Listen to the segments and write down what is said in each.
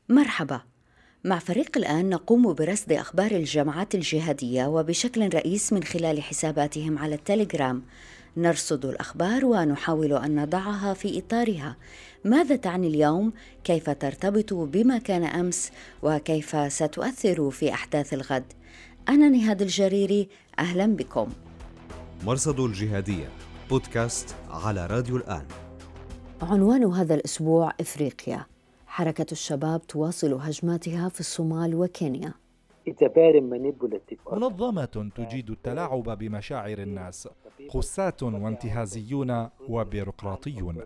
مرحبا. مع فريق الآن نقوم برصد أخبار الجماعات الجهادية وبشكل رئيس من خلال حساباتهم على التليجرام. نرصد الأخبار ونحاول أن نضعها في إطارها. ماذا تعني اليوم؟ كيف ترتبط بما كان أمس؟ وكيف ستؤثر في أحداث الغد؟ أنا نهاد الجريري، أهلا بكم. مرصد الجهادية بودكاست على راديو الآن. عنوان هذا الأسبوع: إفريقيا. حركة الشباب تواصل هجماتها في الصومال وكينيا. منظمة تجيد التلاعب بمشاعر الناس، خسات وانتهازيون وبيروقراطيون.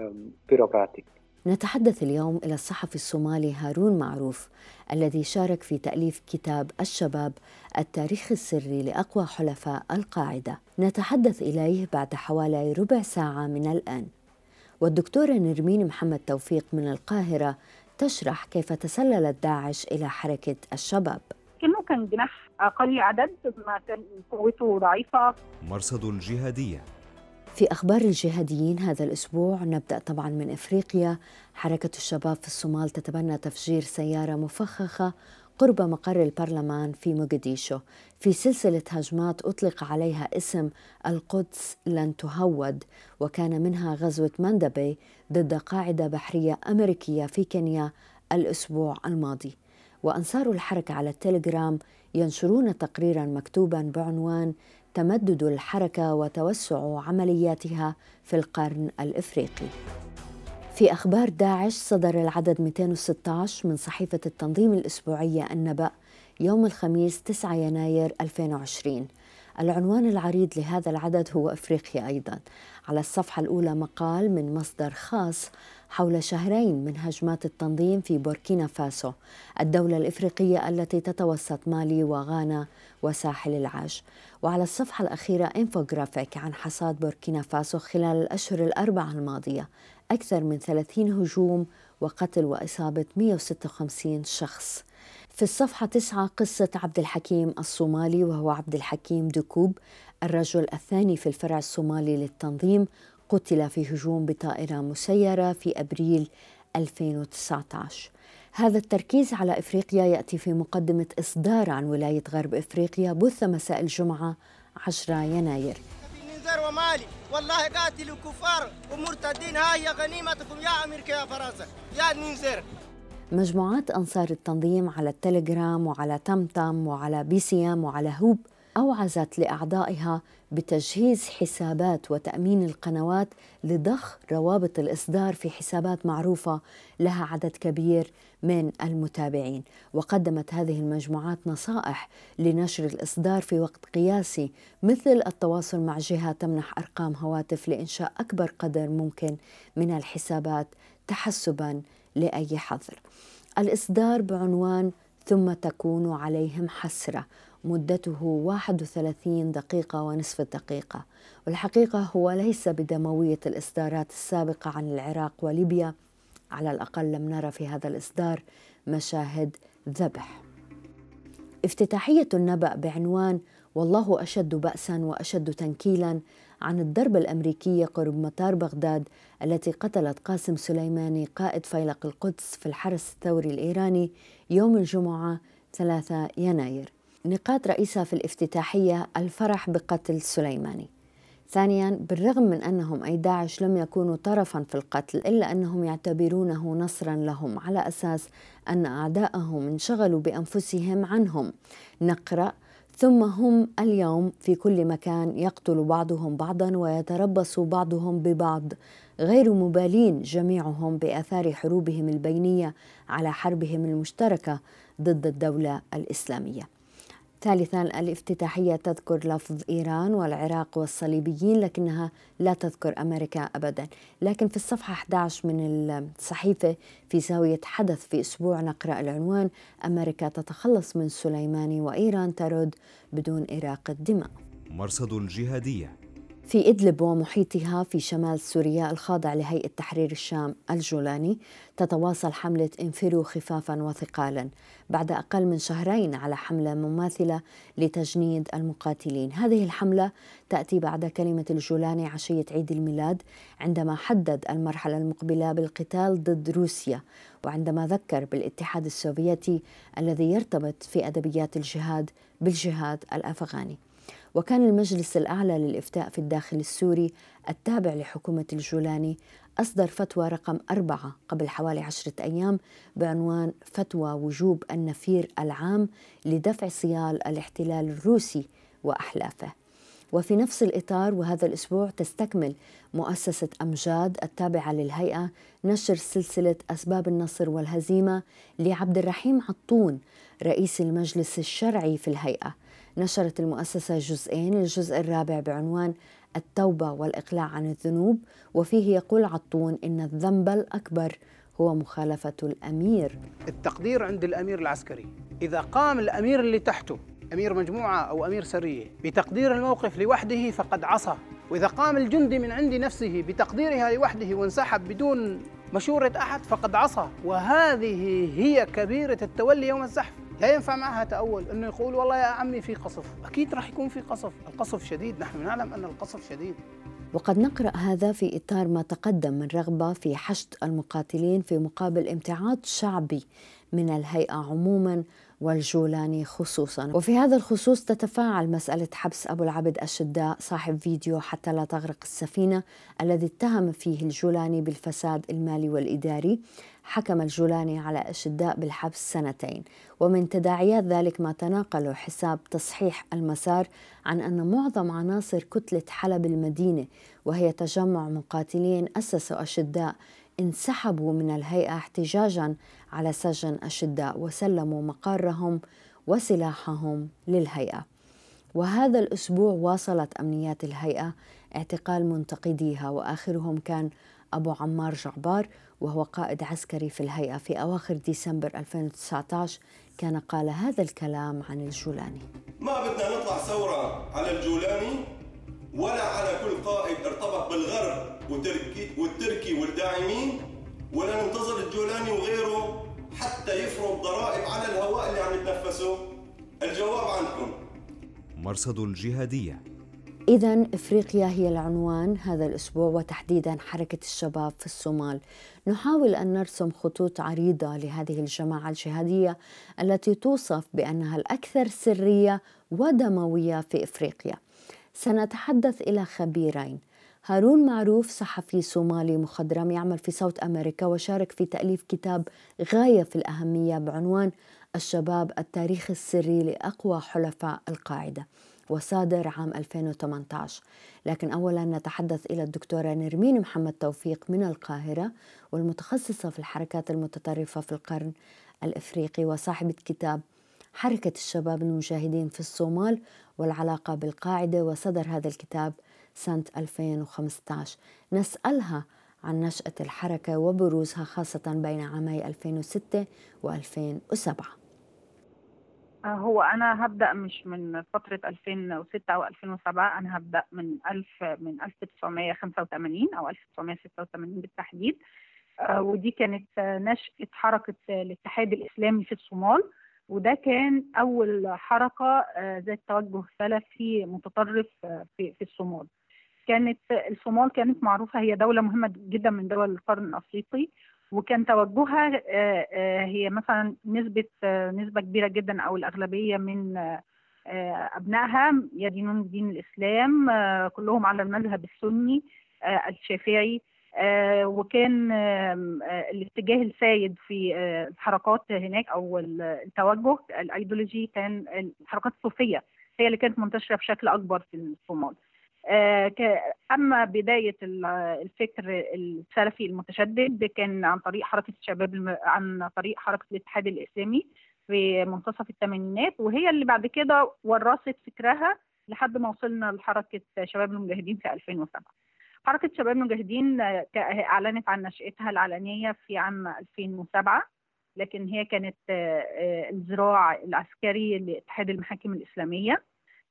نتحدث اليوم إلى الصحفي الصومالي هارون معروف الذي شارك في تأليف كتاب الشباب: التاريخ السري لأقوى حلفاء القاعدة. نتحدث إليه بعد حوالي ربع ساعة من الآن. والدكتورة نرمين محمد توفيق من القاهرة تشرح كيف تسللت داعش إلى حركة الشباب. كأنه كان جناح أقل عدد، ما كان قوته ضعيفة. مرصد الجهادية. في أخبار الجهاديين هذا الأسبوع نبدأ طبعا من إفريقيا. حركة الشباب في الصومال تتبنى تفجير سيارة مفخخة قرب مقر البرلمان في موغاديشو في سلسلة هجمات أطلق عليها اسم القدس لن تهود، وكان منها غزوة مندبي ضد قاعدة بحرية أمريكية في كينيا الأسبوع الماضي. وأنصار الحركة على التليجرام ينشرون تقريرا مكتوبا بعنوان: تمدد الحركة وتوسع عملياتها في القرن الإفريقي. في أخبار داعش صدر العدد 216 من صحيفة التنظيم الأسبوعية النبأ يوم الخميس 9 يناير 2020. العنوان العريض لهذا العدد هو إفريقيا أيضا. على الصفحة الأولى مقال من مصدر خاص حول شهرين من هجمات التنظيم في بوركينا فاسو، الدولة الإفريقية التي تتوسط مالي وغانا وساحل العاج. وعلى الصفحة الأخيرة إنفوغرافيك عن حصاد بوركينا فاسو خلال الأشهر الأربعة الماضية: أكثر من 30 هجوم وقتل وإصابة 156 شخص. في الصفحة 9 قصة عبد الحكيم الصومالي، وهو عبد الحكيم دكوب، الرجل الثاني في الفرع الصومالي للتنظيم، قتل في هجوم بطائرة مسيرة في أبريل 2019. هذا التركيز على إفريقيا يأتي في مقدمة إصدار عن ولاية غرب إفريقيا بث مساء الجمعة 10 يناير. ومالي والله قاتل الكفار ومرتدين، هاي غنيمتكم يا أمريكا يا فرنسا يا نينزر. مجموعات أنصار التنظيم على التليجرام وعلى تمتم وعلى BCM وعلى هوب أوعزت لأعضائها بتجهيز حسابات وتأمين القنوات لضخ روابط الإصدار في حسابات معروفة لها عدد كبير من المتابعين. وقدمت هذه المجموعات نصائح لنشر الإصدار في وقت قياسي، مثل التواصل مع جهة تمنح أرقام هواتف لإنشاء أكبر قدر ممكن من الحسابات تحسباً لأي حظر. الإصدار بعنوان ثم تكون عليهم حسرة، مدته 31 دقيقة ونصف دقيقة. والحقيقة هو ليس بدموية الإصدارات السابقة عن العراق وليبيا، على الأقل لم نرى في هذا الإصدار مشاهد ذبح. افتتاحية النبأ بعنوان والله أشد بأسا وأشد تنكيلا عن الضربة الأمريكية قرب مطار بغداد التي قتلت قاسم سليماني قائد فيلق القدس في الحرس الثوري الإيراني يوم الجمعة 3 يناير. نقاط رئيسة في الافتتاحية: الفرح بقتل سليماني. ثانياً، بالرغم من أنهم أي داعش لم يكونوا طرفاً في القتل، إلا أنهم يعتبرونه نصراً لهم على أساس أن أعداءهم انشغلوا بأنفسهم عنهم. نقرأ: ثم هم اليوم في كل مكان يقتل بعضهم بعضاً ويتربص بعضهم ببعض، غير مبالين جميعهم بآثار حروبهم البينية على حربهم المشتركة ضد الدولة الإسلامية. ثالثاً، الافتتاحية تذكر لفظ إيران والعراق والصليبيين، لكنها لا تذكر أمريكا أبداً. لكن في الصفحة 11 من الصحيفة في زاوية حدث في أسبوع نقرأ العنوان: أمريكا تتخلص من سليماني وإيران ترد بدون إراقة دماء. مرصد الجهادية. في إدلب ومحيطها في شمال سوريا الخاضع لهيئة تحرير الشام الجولاني، تتواصل حملة انفروا خفافا وثقالا بعد أقل من شهرين على حملة مماثلة لتجنيد المقاتلين. هذه الحملة تأتي بعد كلمة الجولاني عشية عيد الميلاد عندما حدد المرحلة المقبلة بالقتال ضد روسيا، وعندما ذكر بالاتحاد السوفيتي الذي يرتبط في أدبيات الجهاد بالجهاد الأفغاني. وكان المجلس الأعلى للإفتاء في الداخل السوري التابع لحكومة الجولاني أصدر فتوى رقم 4 قبل حوالي 10 أيام بعنوان فتوى وجوب النفير العام لدفع صيال الاحتلال الروسي وأحلافه. وفي نفس الإطار وهذا الأسبوع تستكمل مؤسسة أمجاد التابعة للهيئة نشر سلسلة أسباب النصر والهزيمة لعبد الرحيم عطون رئيس المجلس الشرعي في الهيئة. نشرت المؤسسة جزئين، الجزء الرابع بعنوان التوبة والإقلاع عن الذنوب، وفيه يقول عطون إن الذنب الأكبر هو مخالفة الأمير. التقدير عند الأمير العسكري، إذا قام الأمير اللي تحته أمير مجموعة أو أمير سرية بتقدير الموقف لوحده فقد عصى، وإذا قام الجندي من عند نفسه بتقديرها لوحده وانسحب بدون مشورة أحد فقد عصى. وهذه هي كبيرة التولي يوم الزحف. لا ينفع معها تأول أنه يقول والله يا عمي في قصف. أكيد راح يكون في قصف، القصف شديد، نحن نعلم أن القصف شديد. وقد نقرأ هذا في إطار ما تقدم من رغبة في حشد المقاتلين في مقابل امتعاض شعبي من الهيئة عموما والجولاني خصوصا. وفي هذا الخصوص تتفاعل مسألة حبس أبو العبد الشداء صاحب فيديو حتى لا تغرق السفينة الذي اتهم فيه الجولاني بالفساد المالي والإداري. حكم الجولاني على الشداء بالحبس 2 سنين. ومن تداعيات ذلك ما تناقله حساب تصحيح المسار عن أن معظم عناصر كتلة حلب المدينة وهي تجمع مقاتلين أسسوا الشداء انسحبوا من الهيئة احتجاجا على سجن الشداء وسلموا مقارهم وسلاحهم للهيئة. وهذا الأسبوع واصلت أمنيات الهيئة اعتقال منتقديها، وآخرهم كان أبو عمار جعبار وهو قائد عسكري في الهيئة. في أواخر ديسمبر 2019 كان قال هذا الكلام عن الجولاني: ما بدنا نطلع ثورة على الجولاني ولا على كل قائد ارتبط بالغرب والتركي والداعمين، ولا ننتظر الجولاني وغيره حتى يفرض ضرائب على الهواء اللي عم يتنفسه. الجواب عنكم. مرصد الجهادية. إذن إفريقيا هي العنوان هذا الأسبوع، وتحديدا حركة الشباب في الصومال. نحاول أن نرسم خطوط عريضة لهذه الجماعة الجهادية التي توصف بأنها الأكثر سرية ودموية في إفريقيا. سنتحدث إلى خبيرين: هارون معروف صحفي صومالي مخضرم يعمل في صوت أمريكا وشارك في تأليف كتاب غاية في الأهمية بعنوان الشباب التاريخ السري لأقوى حلفاء القاعدة، وصادر عام 2018. لكن أولا نتحدث إلى الدكتورة نرمين محمد توفيق من القاهرة، والمتخصصة في الحركات المتطرفة في القرن الإفريقي وصاحبة كتاب حركة الشباب المجاهدين في الصومال والعلاقة بالقاعدة، وصدر هذا الكتاب سنة 2015. نسألها عن نشأة الحركة وبروزها خاصة بين عامي 2006 و2007. هو أنا هبدأ مش من فترة 2006 أو 2007، أنا هبدأ من 1985 أو 1986 بالتحديد. ودي كانت نشأة حركة الاتحاد الإسلامي في الصومال، وده كان أول حركة ذات توجه سلفي متطرف في الصومال. كانت الصومال كانت معروفة هي دولة مهمة جدا من دول القرن الأفريقي، وكان توجهها هي مثلا نسبة كبيرة جدا أو الأغلبية من أبنائها يدينون دين الإسلام، كلهم على المذهب السني الشافعي. وكان الاتجاه السائد في الحركات هناك أو التوجه الأيديولوجي كان الحركات الصوفية هي اللي كانت منتشرة بشكل أكبر في الصومال. أما بداية الفكر السلفي المتشدد كان عن طريق حركة الشباب، عن طريق حركة الاتحاد الإسلامي في منتصف الثمانينات، وهي اللي بعد كده ورثت فكرها لحد ما وصلنا لحركة شباب المجاهدين في 2007. حركة شباب المجاهدين أعلنت عن نشأتها العلنية في عام 2007، لكن هي كانت الذراع العسكري لاتحاد المحاكم الإسلامية.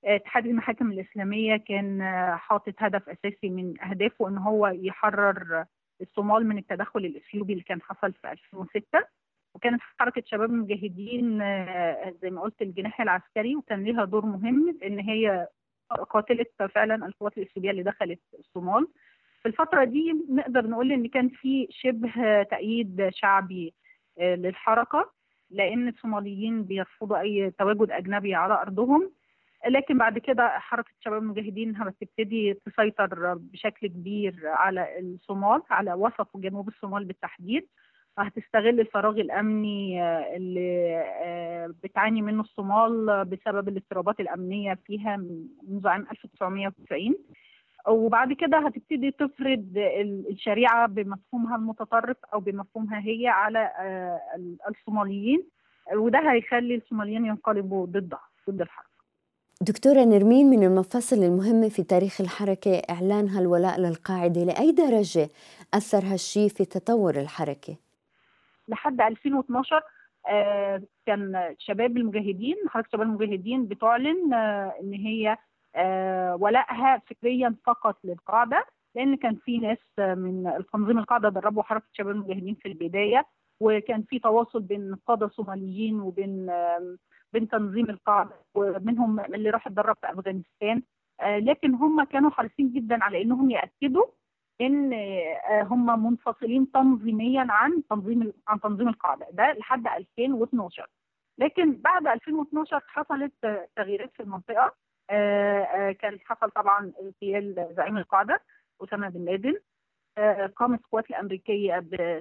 اتحاد المحاكم الإسلامية كان حاطط هدف أساسي من أهدافه إن هو يحرر الصومال من التدخل الإثيوبي اللي كان حصل في 2006. وكانت حركة شباب المجاهدين زي ما قلت الجناح العسكري، وكان لها دور مهم إن هي قاتلت فعلا القوات الإثيوبية اللي دخلت الصومال. في الفترة دي نقدر نقول إن كان في شبه تأييد شعبي للحركة، لأن الصوماليين بيرفضوا أي تواجد أجنبي على أرضهم. لكن بعد كده حركة شباب المجاهدين هتبتدي تسيطر بشكل كبير على الصومال، على وسط وجنوب الصومال بالتحديد، وهتستغل الفراغ الأمني اللي بتعاني منه الصومال بسبب الاضطرابات الأمنية فيها منذ عام 1990. وبعد كده هتبتدي تفرض الشريعة بمفهومها المتطرف أو بمفهومها هي على الصوماليين، وده هيخلي الصوماليين ينقلبوا ضد الحركة. دكتورة نرمين، من المفاصل المهمة في تاريخ الحركة إعلانها الولاء للقاعدة، لأي درجة أثر هالشي في تطور الحركة؟ لحد 2012 كان شباب المجاهدين، حركة شباب المجاهدين بتعلن إن هي ولائها فكريا فقط للقاعدة، لأن كان في ناس من التنظيم القاعدة دربوا حركة شباب المجاهدين في البداية، وكان في تواصل بين قادة صوماليين وبين تنظيم القاعدة، ومنهم اللي راح يتدرب في أفغانستان. لكن هم كانوا حريصين جدا على إنهم يأكدوا إن هم منفصلين تنظيميا عن تنظيم القاعدة ده لحد 2012. لكن بعد 2012 حصلت تغييرات في المنطقة. كان حصل طبعا اغتيال زعيم القاعدة أسامة بن لادن. قامت القوات الأمريكية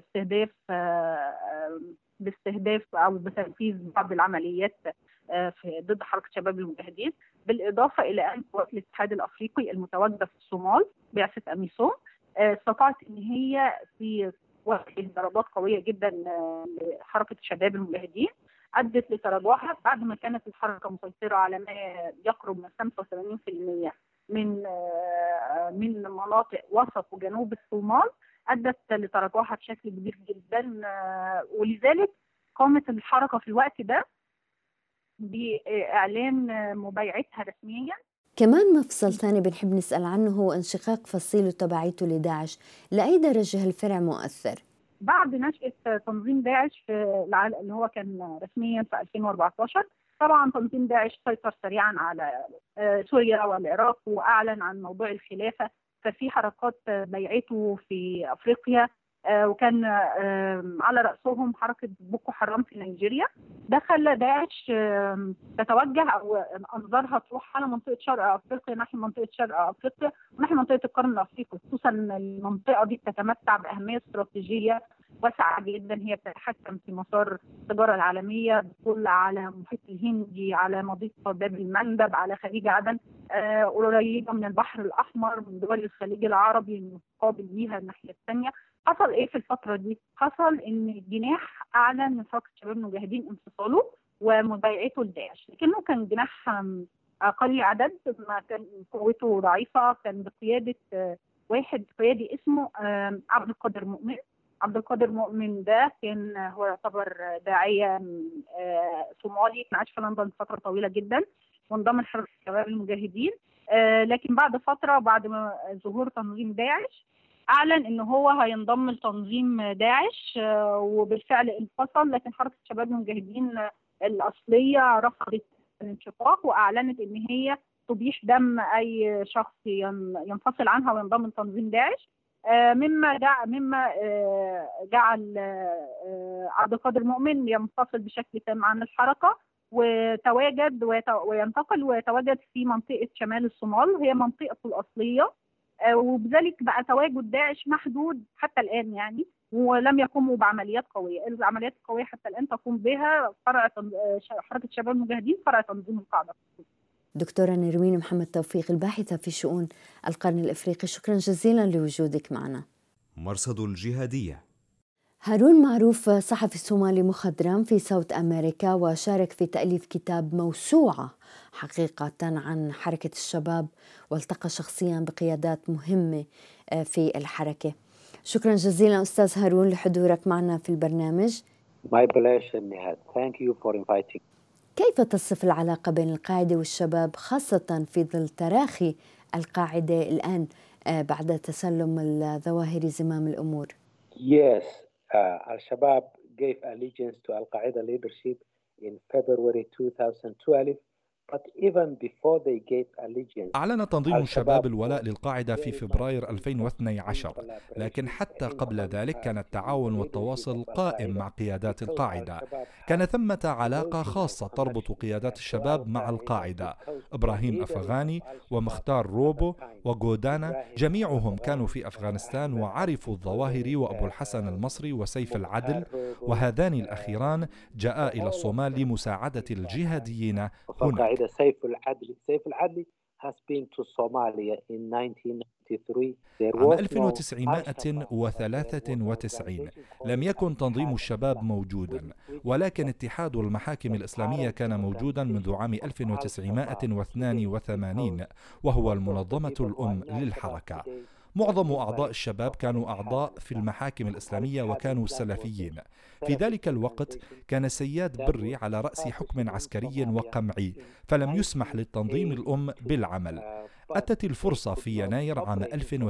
باستهداف أو بتنفيذ بعض العمليات ضد حركة شباب المجاهدين، بالإضافة إلى أن قوات الاتحاد الأفريقي المتواجدة في الصومال بعثة أميسوم استطاعت أن هي في وجه ضربات قوية جدا لحركة شباب المجاهدين، أدت لتراجعها بعد ما كانت الحركة مسيطرة على ما يقرب من 85% من مناطق وسط وجنوب الصومال، أدت لتراجعها بشكل كبير جدا. ولذلك قامت الحركة في الوقت ده بإعلان مبايعتها رسميا. كمان مفصل ثاني بنحب نسأل عنه هو انشقاق فصيله تبعيته لداعش، لأي درجة هالفرع مؤثر؟ بعد نشأة تنظيم داعش اللي هو كان رسميا في 2014، طبعا تنظيم داعش سيطر سريعا على سوريا والعراق وأعلن عن موضوع الخلافة، ففي حركات بيعته في أفريقيا، وكان على رأسهم حركة بوكو حرام في نيجيريا. ده خلى داعش تتوجه أو أنظارها تروح على منطقة شرق أفريقيا، ناحية منطقة شرق أفريقيا وناحية منطقة القرن الأفريقي، خصوصا المنطقة دي بتتمتع بأهمية استراتيجية واسعة جدا. هي بتتحكم في مسار التجارة العالمية، بتطل على المحيط الهندي، على مضيق باب المندب، على خليج عدن، قريبة من البحر الأحمر، من دول الخليج العربي المقابل ليها الناحية الثانية. حصل ايه في الفترة دي؟ حصل ان الجناح اعلن من حركة شباب المجاهدين انفصاله ومبايعته لداعش، لكنه كان جناح اقل عدد، ما كان قوته ضعيفة، كان بقيادة واحد قيادي اسمه عبد القادر مؤمن. عبد القادر مؤمن ده كان هو يعتبر داعية صومالي، كان عايش في لندن فترة طويلة جدا وانضم لحركة شباب المجاهدين. لكن بعد فترة، بعد ما ظهور تنظيم داعش، أعلن إن هو هينضم لتنظيم داعش، وبالفعل انفصل. لكن حركة شباب المجاهدين الأصلية رفضت الانشقاق وأعلنت إن هي تبيح دم أي شخص ينفصل عنها وينضم لتنظيم داعش، مما جعل عبد القادر مؤمن ينفصل بشكل تام عن الحركة وتواجد وينتقل ويتواجد في منطقة شمال الصومال، هي منطقته الأصلية. وبذلك بقى تواجد داعش محدود حتى الآن يعني، ولم يقوموا بعمليات قوية. العمليات القوية حتى الآن تقوم بها حركة شباب المجاهدين، فرع تنظيم القاعدة. دكتورة نرمين محمد توفيق، الباحثة في شؤون القرن الإفريقي، شكرا جزيلا لوجودك معنا. مرصد الجهادية. هارون معروف صحفي صومالي مخضرم في صوت أمريكا، وشارك في تأليف كتاب موسوعة حقيقة عن حركة الشباب، والتقى شخصيا بقيادات مهمة في الحركة. شكرا جزيلا أستاذ هارون لحضورك معنا في البرنامج. My pleasure, Nihat. Thank you for inviting. كيف تصف العلاقة بين القاعدة والشباب خاصة في ظل تراخي القاعدة الآن بعد تسلم الظواهري زمام الأمور؟ Yes, Al-Shabaab gave allegiance to Al-Qaeda leadership in February 2012. But even before they gave allegiance, أعلن تنظيم الشباب الولاء للقاعدة في فبراير 2012، لكن حتى قبل ذلك كان التعاون والتواصل قائم مع قيادات القاعدة. كان ثمة علاقة خاصة تربط قيادات الشباب مع القاعدة. إبراهيم أفغاني ومختار روبو وغودانا جميعهم كانوا في أفغانستان وعرفوا الظواهري وأبو الحسن المصري وسيف العدل، وهذان الأخيران جاء إلى الصومال لمساعدة الجهاديين هناك. سيف العدل has been to Somalia in 1993. عام 1993 لم يكن تنظيم الشباب موجودا، ولكن اتحاد المحاكم الإسلامية كان موجودا منذ عام 1982 وهو المنظمة الأم للحركة. معظم أعضاء الشباب كانوا أعضاء في المحاكم الإسلامية وكانوا سلفيين. في ذلك الوقت كان سياد بري على رأس حكم عسكري وقمعي، فلم يسمح للتنظيم الأم بالعمل. أتت الفرصة في يناير عام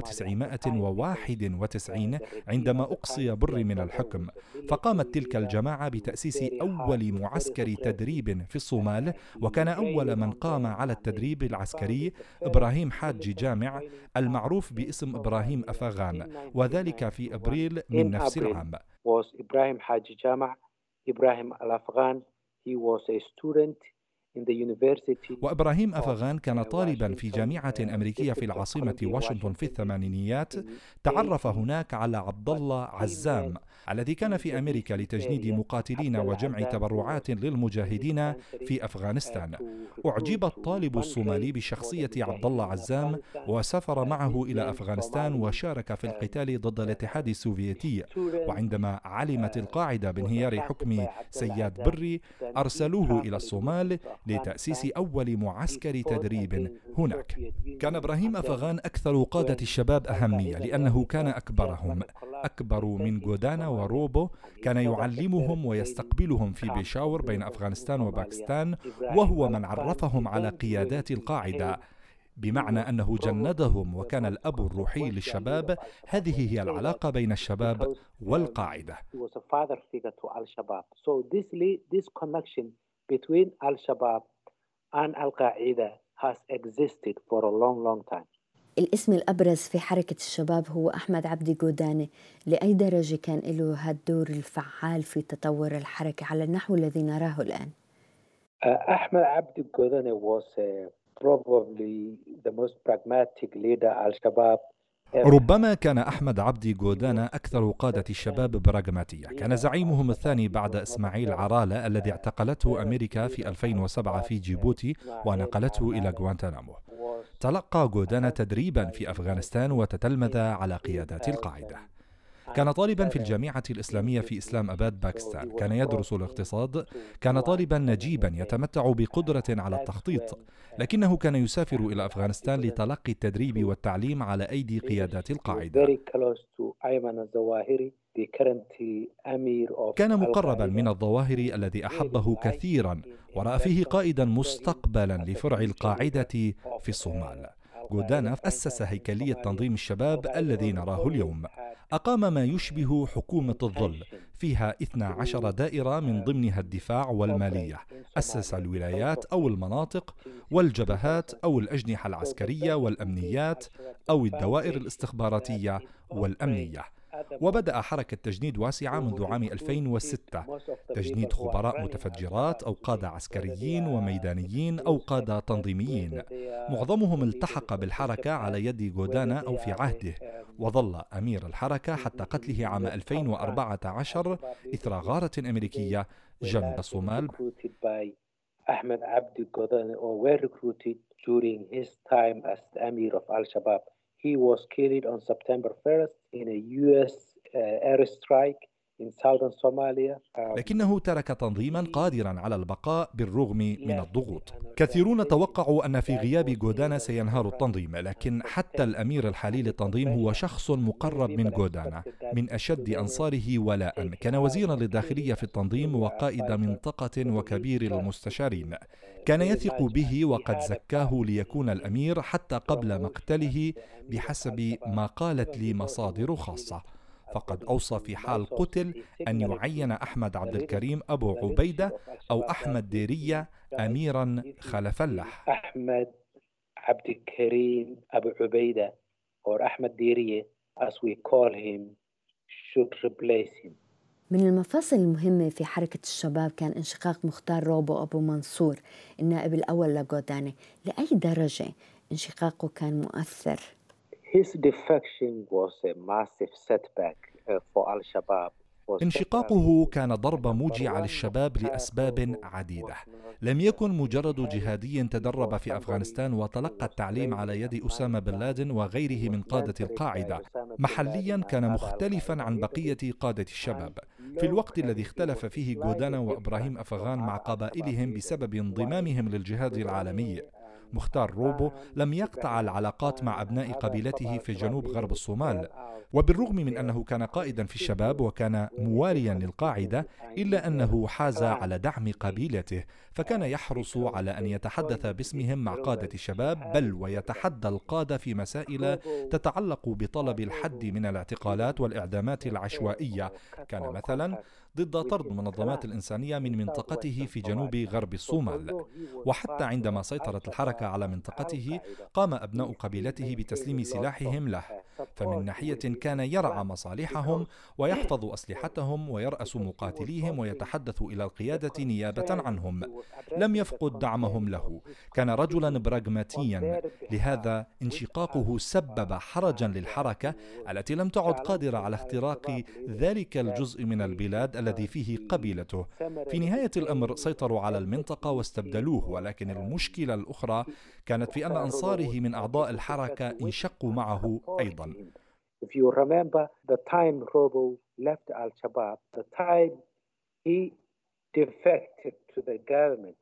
1991 عندما أقصي بري من الحكم، فقامت تلك الجماعة بتأسيس أول معسكر تدريب في الصومال، وكان أول من قام على التدريب العسكري إبراهيم حاج جامع المعروف باسم إبراهيم أفغان، وذلك في أبريل من نفس العام. إبراهيم حاج جامع إبراهيم الأفغان. He was a student. وإبراهيم أفغان كان طالبا في جامعة أمريكية في العاصمة واشنطن في الثمانينيات. تعرف هناك على عبد الله عزام الذي كان في أمريكا لتجنيد مقاتلين وجمع تبرعات للمجاهدين في أفغانستان. أعجب الطالب الصومالي بشخصية عبد الله عزام وسافر معه إلى أفغانستان وشارك في القتال ضد الاتحاد السوفيتي. وعندما علمت القاعدة بانهيار حكم سياد بري أرسلوه إلى الصومال لتأسيس أول معسكر تدريب هناك. كان إبراهيم أفغان أكثر قادة الشباب أهمية لأنه كان أكبرهم، أكبر من غودانا وروبو. كان يعلمهم ويستقبلهم في بيشاور بين أفغانستان وباكستان، وهو من عرفهم على قيادات القاعدة، بمعنى أنه جندهم وكان الأب الروحي للشباب. هذه هي العلاقة بين الشباب والقاعدة. Between Al-Shabaab and Al-Qaeda has existed for a long, long time. الاسم الأبرز في حركة الشباب هو أحمد عبدي غوداني. لأي درجة كان له هالدور الفعال في تطور الحركة على النحو الذي نراه الآن؟ أحمد عبدي غوداني was probably the most pragmatic leader Al-Shabaab. ربما كان أحمد عبدي غودانا أكثر قادة الشباب براغماتية. كان زعيمهم الثاني بعد إسماعيل عرالة الذي اعتقلته أمريكا في 2007 في جيبوتي ونقلته إلى غوانتنامو. تلقى غودانا تدريبا في أفغانستان وتتلمذ على قيادات القاعدة. كان طالبا في الجامعة الإسلامية في إسلام أباد باكستان، كان يدرس الاقتصاد، كان طالبا نجيبا يتمتع بقدرة على التخطيط، لكنه كان يسافر إلى أفغانستان لتلقي التدريب والتعليم على أيدي قيادات القاعدة. كان مقربا من الظواهري الذي أحبه كثيرا ورأى فيه قائدا مستقبلا لفرع القاعدة في الصومال. غودانا أسس هيكلية تنظيم الشباب الذي نراه اليوم. أقام ما يشبه حكومة الظل، فيها 12 دائرة من ضمنها الدفاع والمالية. أسس الولايات أو المناطق والجبهات أو الأجنحة العسكرية والأمنيات أو الدوائر الاستخباراتية والأمنية. وبدأ حركة تجنيد واسعة منذ عام 2006، تجنيد خبراء متفجرات أو قادة عسكريين وميدانيين أو قادة تنظيميين. معظمهم التحق بالحركة على يد غودانا أو في عهده، وظل أمير الحركة حتى قتله عام 2014 إثر غارة أمريكية جنوب الصومال. Ahmed Abdi Godane were recruited during his time as the Emir of Al-Shabaab. He was killed on September 1st in a U.S. airstrike لكنه ترك تنظيما قادرا على البقاء بالرغم من الضغوط. كثيرون توقعوا أن في غياب غودانا سينهار التنظيم، لكن حتى الأمير الحالي للتنظيم هو شخص مقرب من غودانا، من أشد أنصاره ولاء. كان وزيرا للداخلية في التنظيم وقائد منطقة وكبير المستشارين. كان يثق به وقد زكاه ليكون الأمير حتى قبل مقتله بحسب ما قالت لي مصادر خاصة. فقد أوصى في حال قتل أن يعين أحمد عبد الكريم أبو عبيدة أو أحمد ديرية أميرا خلفا له. أحمد عبد الكريم أبو عبيدة or أحمد ديرية as we call him should replace him. من المفاصل المهمة في حركة الشباب كان انشقاق مختار روبو أبو منصور النائب الأول لغودانا. لأي درجة انشقاقه كان مؤثر؟ His defection was a massive setback for Al-Shabaab. انشقاقه كان ضربة موجعة للشباب لأسباب عديدة. لم يكن مجرد جهادي تدرب في أفغانستان وتلقى التعليم على يد أسامة بن لادن وغيره من قادة القاعدة. محليا كان مختلفا عن بقية قادة الشباب. في الوقت الذي اختلف فيه غودانا وإبراهيم أفغان مع قبائلهم بسبب انضمامهم للجهاد العالمي، مختار روبو لم يقطع العلاقات مع أبناء قبيلته في جنوب غرب الصومال. وبالرغم من أنه كان قائدا في الشباب وكان مواليا للقاعدة، إلا أنه حاز على دعم قبيلته، فكان يحرص على أن يتحدث باسمهم مع قادة الشباب، بل ويتحدى القادة في مسائل تتعلق بطلب الحد من الاعتقالات والإعدامات العشوائية. كان مثلا ضد طرد منظمات الإنسانية من منطقته في جنوب غرب الصومال. وحتى عندما سيطرت الحركة على منطقته قام أبناء قبيلته بتسليم سلاحهم له، فمن ناحية كان يرعى مصالحهم ويحفظ أسلحتهم ويرأس مقاتليهم ويتحدث إلى القيادة نيابة عنهم. لم يفقد دعمهم له. كان رجلا براغماتيا، لهذا انشقاقه سبب حرجا للحركة التي لم تعد قادرة على اختراق ذلك الجزء من البلاد الذي فيه قبيلته. في نهاية الأمر سيطروا على المنطقة واستبدلوه، ولكن المشكلة الأخرى كانت في أن أنصاره من أعضاء الحركة انشقوا معه أيضا. If you remember the time Robo left Al-Shabaab, the time he defected to the government.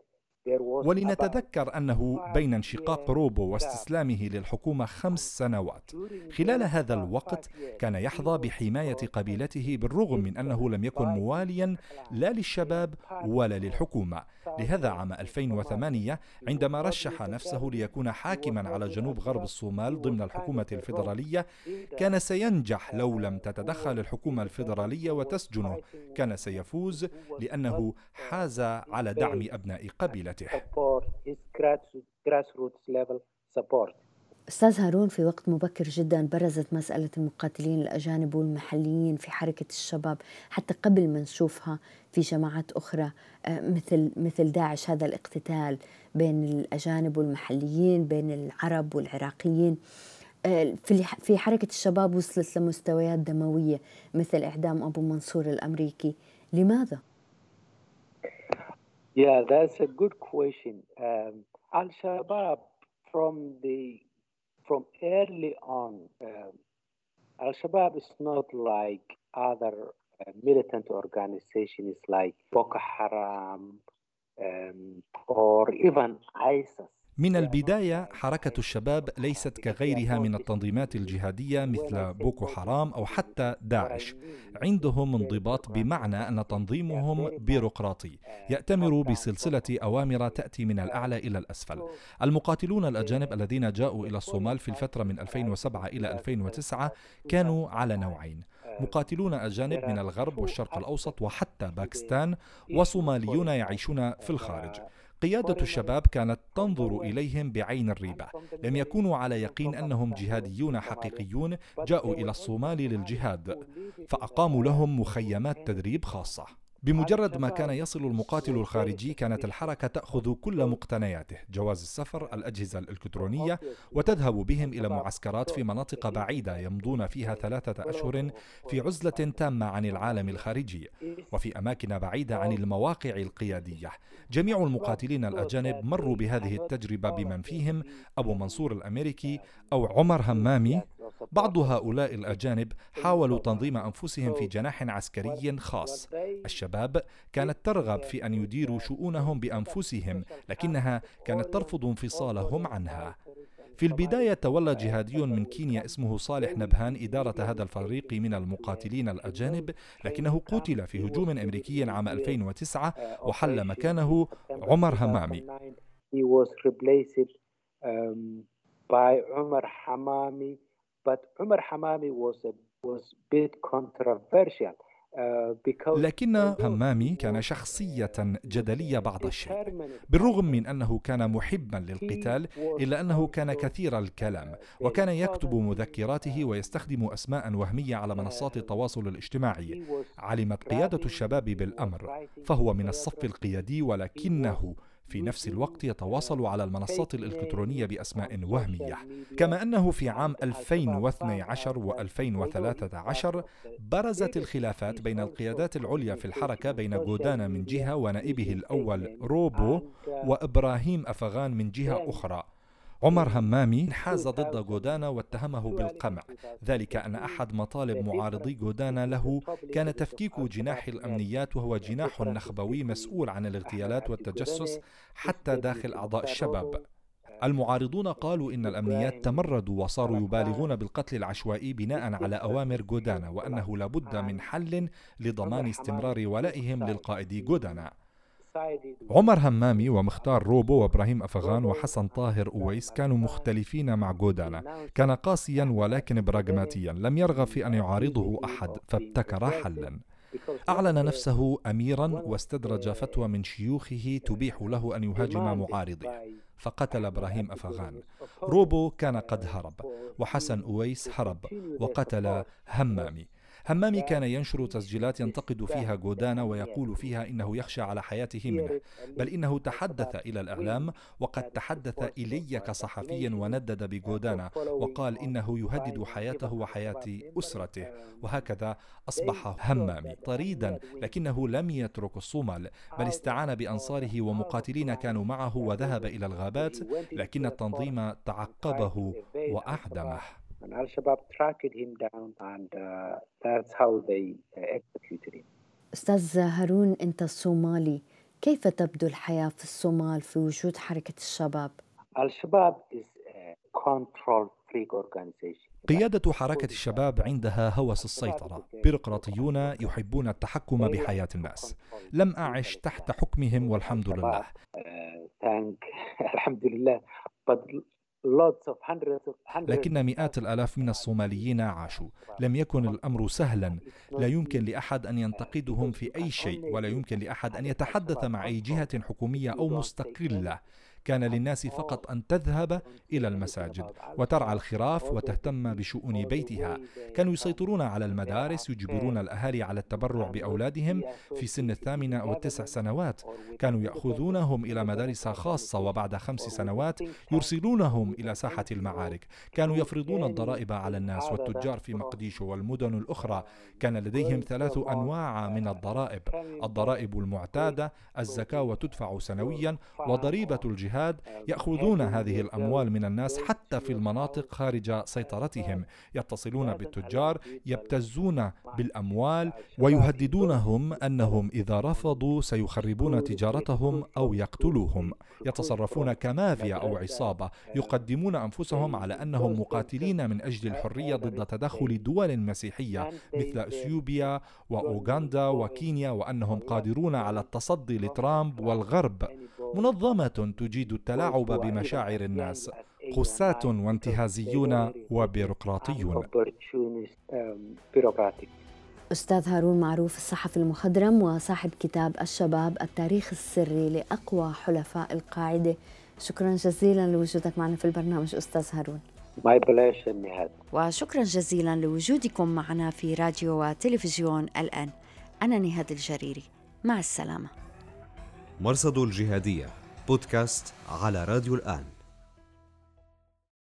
ولنتذكر أنه بين انشقاق روبو واستسلامه للحكومة 5 سنوات. خلال هذا الوقت كان يحظى بحماية قبيلته بالرغم من أنه لم يكن مواليا لا للشباب ولا للحكومة. لهذا عام 2008 عندما رشح نفسه ليكون حاكما على جنوب غرب الصومال ضمن الحكومة الفيدرالية، كان سينجح لو لم تتدخل الحكومة الفيدرالية وتسجنه. كان سيفوز لأنه حاز على دعم أبناء قبيلته. أستاذ هارون، في وقت مبكر جدا برزت مسألة المقاتلين الأجانب والمحليين في حركة الشباب حتى قبل ما نشوفها في جماعات أخرى مثل داعش. هذا الاقتتال بين الأجانب والمحليين، بين العرب والعراقيين في حركة الشباب وصلت لمستويات دموية مثل إعدام أبو منصور الأمريكي. لماذا؟ Yeah, that's a good question. Al-Shabaab from early on, Al-Shabaab is not like other militant organizations like Boko Haram or even ISIS. من البداية حركة الشباب ليست كغيرها من التنظيمات الجهادية مثل بوكو حرام أو حتى داعش. عندهم انضباط، بمعنى أن تنظيمهم بيروقراطي يأتمر بسلسلة أوامر تأتي من الأعلى إلى الأسفل. المقاتلون الأجانب الذين جاءوا إلى الصومال في الفترة من 2007 إلى 2009 كانوا على نوعين: مقاتلون أجانب من الغرب والشرق الأوسط وحتى باكستان، وصوماليون يعيشون في الخارج. قيادة الشباب كانت تنظر إليهم بعين الريبة، لم يكونوا على يقين أنهم جهاديون حقيقيون جاءوا إلى الصومال للجهاد، فأقاموا لهم مخيمات تدريب خاصة. بمجرد ما كان يصل المقاتل الخارجي كانت الحركة تأخذ كل مقتنياته، جواز السفر، الأجهزة الإلكترونية، وتذهب بهم إلى معسكرات في مناطق بعيدة يمضون فيها 3 أشهر في عزلة تامة عن العالم الخارجي، وفي أماكن بعيدة عن المواقع القيادية. جميع المقاتلين الأجانب مروا بهذه التجربة، بمن فيهم أبو منصور الأمريكي أو عمر همامي بعض هؤلاء الأجانب حاولوا تنظيم أنفسهم في جناح عسكري خاص. الشباب كانت ترغب في أن يديروا شؤونهم بأنفسهم، لكنها كانت ترفض انفصالهم عنها. في البداية تولى جهادي من كينيا اسمه صالح نبهان إدارة هذا الفريق من المقاتلين الأجانب، لكنه قتل في هجوم أمريكي عام 2009 وحل مكانه عمر همامي. لكن همامي كان شخصية جدلية بعض الشيء. بالرغم من أنه كان محبا للقتال، إلا أنه كان كثير الكلام، وكان يكتب مذكراته ويستخدم أسماء وهمية على منصات التواصل الاجتماعي. علمت قيادة الشباب بالأمر، فهو من الصف القيادي، ولكنه في نفس الوقت يتواصل على المنصات الإلكترونية بأسماء وهمية. كما أنه في عام 2012 و2013 برزت الخلافات بين القيادات العليا في الحركة بين غودانا من جهة ونائبه الأول روبو وإبراهيم أفغان من جهة أخرى. عمر همامي انحاز ضد غودانا واتهمه بالقمع، ذلك أن أحد مطالب معارضي غودانا له كان تفكيك جناح الأمنيات، وهو جناح نخبوي مسؤول عن الاغتيالات والتجسس حتى داخل أعضاء الشباب. المعارضون قالوا إن الأمنيات تمردوا وصاروا يبالغون بالقتل العشوائي بناء على أوامر غودانا، وأنه لابد من حل لضمان استمرار ولائهم للقائد غودانا. عمر همامي ومختار روبو وإبراهيم أفغان وحسن طاهر أويس كانوا مختلفين مع غودانا. كان قاسيا ولكن براغماتيا، لم يرغب في أن يعارضه أحد، فابتكر حلا. أعلن نفسه أميرا واستدرج فتوى من شيوخه تبيح له أن يهاجم معارضه، فقتل إبراهيم أفغان. روبو كان قد هرب، وحسن أويس هرب وقتل همامي. همامي كان ينشر تسجيلات ينتقد فيها غودانا ويقول فيها إنه يخشى على حياته منه، بل إنه تحدث إلى الإعلام وقد تحدث إلي كصحفي وندد بغودانا وقال إنه يهدد حياته وحياة أسرته. وهكذا أصبح همامي طريدا، لكنه لم يترك الصومال، بل استعان بأنصاره ومقاتلين كانوا معه وذهب إلى الغابات، لكن التنظيم تعقبه وأعدمه. And Al-Shabaab tracked him down and that's how they executed him. أستاذ هارون، أنت الصومالي، كيف تبدو الحياة في الصومال في وجود حركة الشباب؟ Al-Shabaab is a control freak organization. قيادة حركة الشباب عندها هوس السيطرة، بيروقراطيون يحبون التحكم بحياة الناس. لم أعش تحت حكمهم والحمد لله. الحمد لله. لكن مئات الآلاف من الصوماليين عاشوا. لم يكن الأمر سهلا، لا يمكن لأحد أن ينتقدهم في أي شيء، ولا يمكن لأحد أن يتحدث مع أي جهة حكومية أو مستقلة. كان للناس فقط أن تذهب إلى المساجد وترعى الخراف وتهتم بشؤون بيتها. كانوا يسيطرون على المدارس، يجبرون الأهالي على التبرع بأولادهم في سن 8 أو 9 سنوات. كانوا يأخذونهم إلى مدارس خاصة، وبعد 5 سنوات يرسلونهم إلى ساحة المعارك. كانوا يفرضون الضرائب على الناس والتجار في مقديشو والمدن الأخرى. كان لديهم 3 أنواع من الضرائب: الضرائب المعتادة، الزكاة وتدفع سنويا، وضريبة الجهاد. يأخذون هذه الأموال من الناس حتى في المناطق خارج سيطرتهم، يتصلون بالتجار، يبتزون بالأموال ويهددونهم أنهم إذا رفضوا سيخربون تجارتهم أو يقتلوهم. يتصرفون كمافيا أو عصابة، يقدمون أنفسهم على أنهم مقاتلين من أجل الحرية ضد تدخل دول مسيحية مثل أثيوبيا وأوغندا وكينيا، وأنهم قادرون على التصدي لترامب والغرب. منظمة تجيد التلاعب بمشاعر الناس، قساة وانتهازيون وبيروقراطيون. أستاذ هارون معروف، الصحفي المخضرم وصاحب كتاب الشباب التاريخ السري لأقوى حلفاء القاعدة، شكرا جزيلا لوجودك معنا في البرنامج أستاذ هارون. My pleasure نهاد. وشكرا جزيلا لوجودكم معنا في راديو وتلفزيون الآن. أنا نهاد الجريري، مع السلامة. مرصد الجهادية بودكاست على راديو الآن.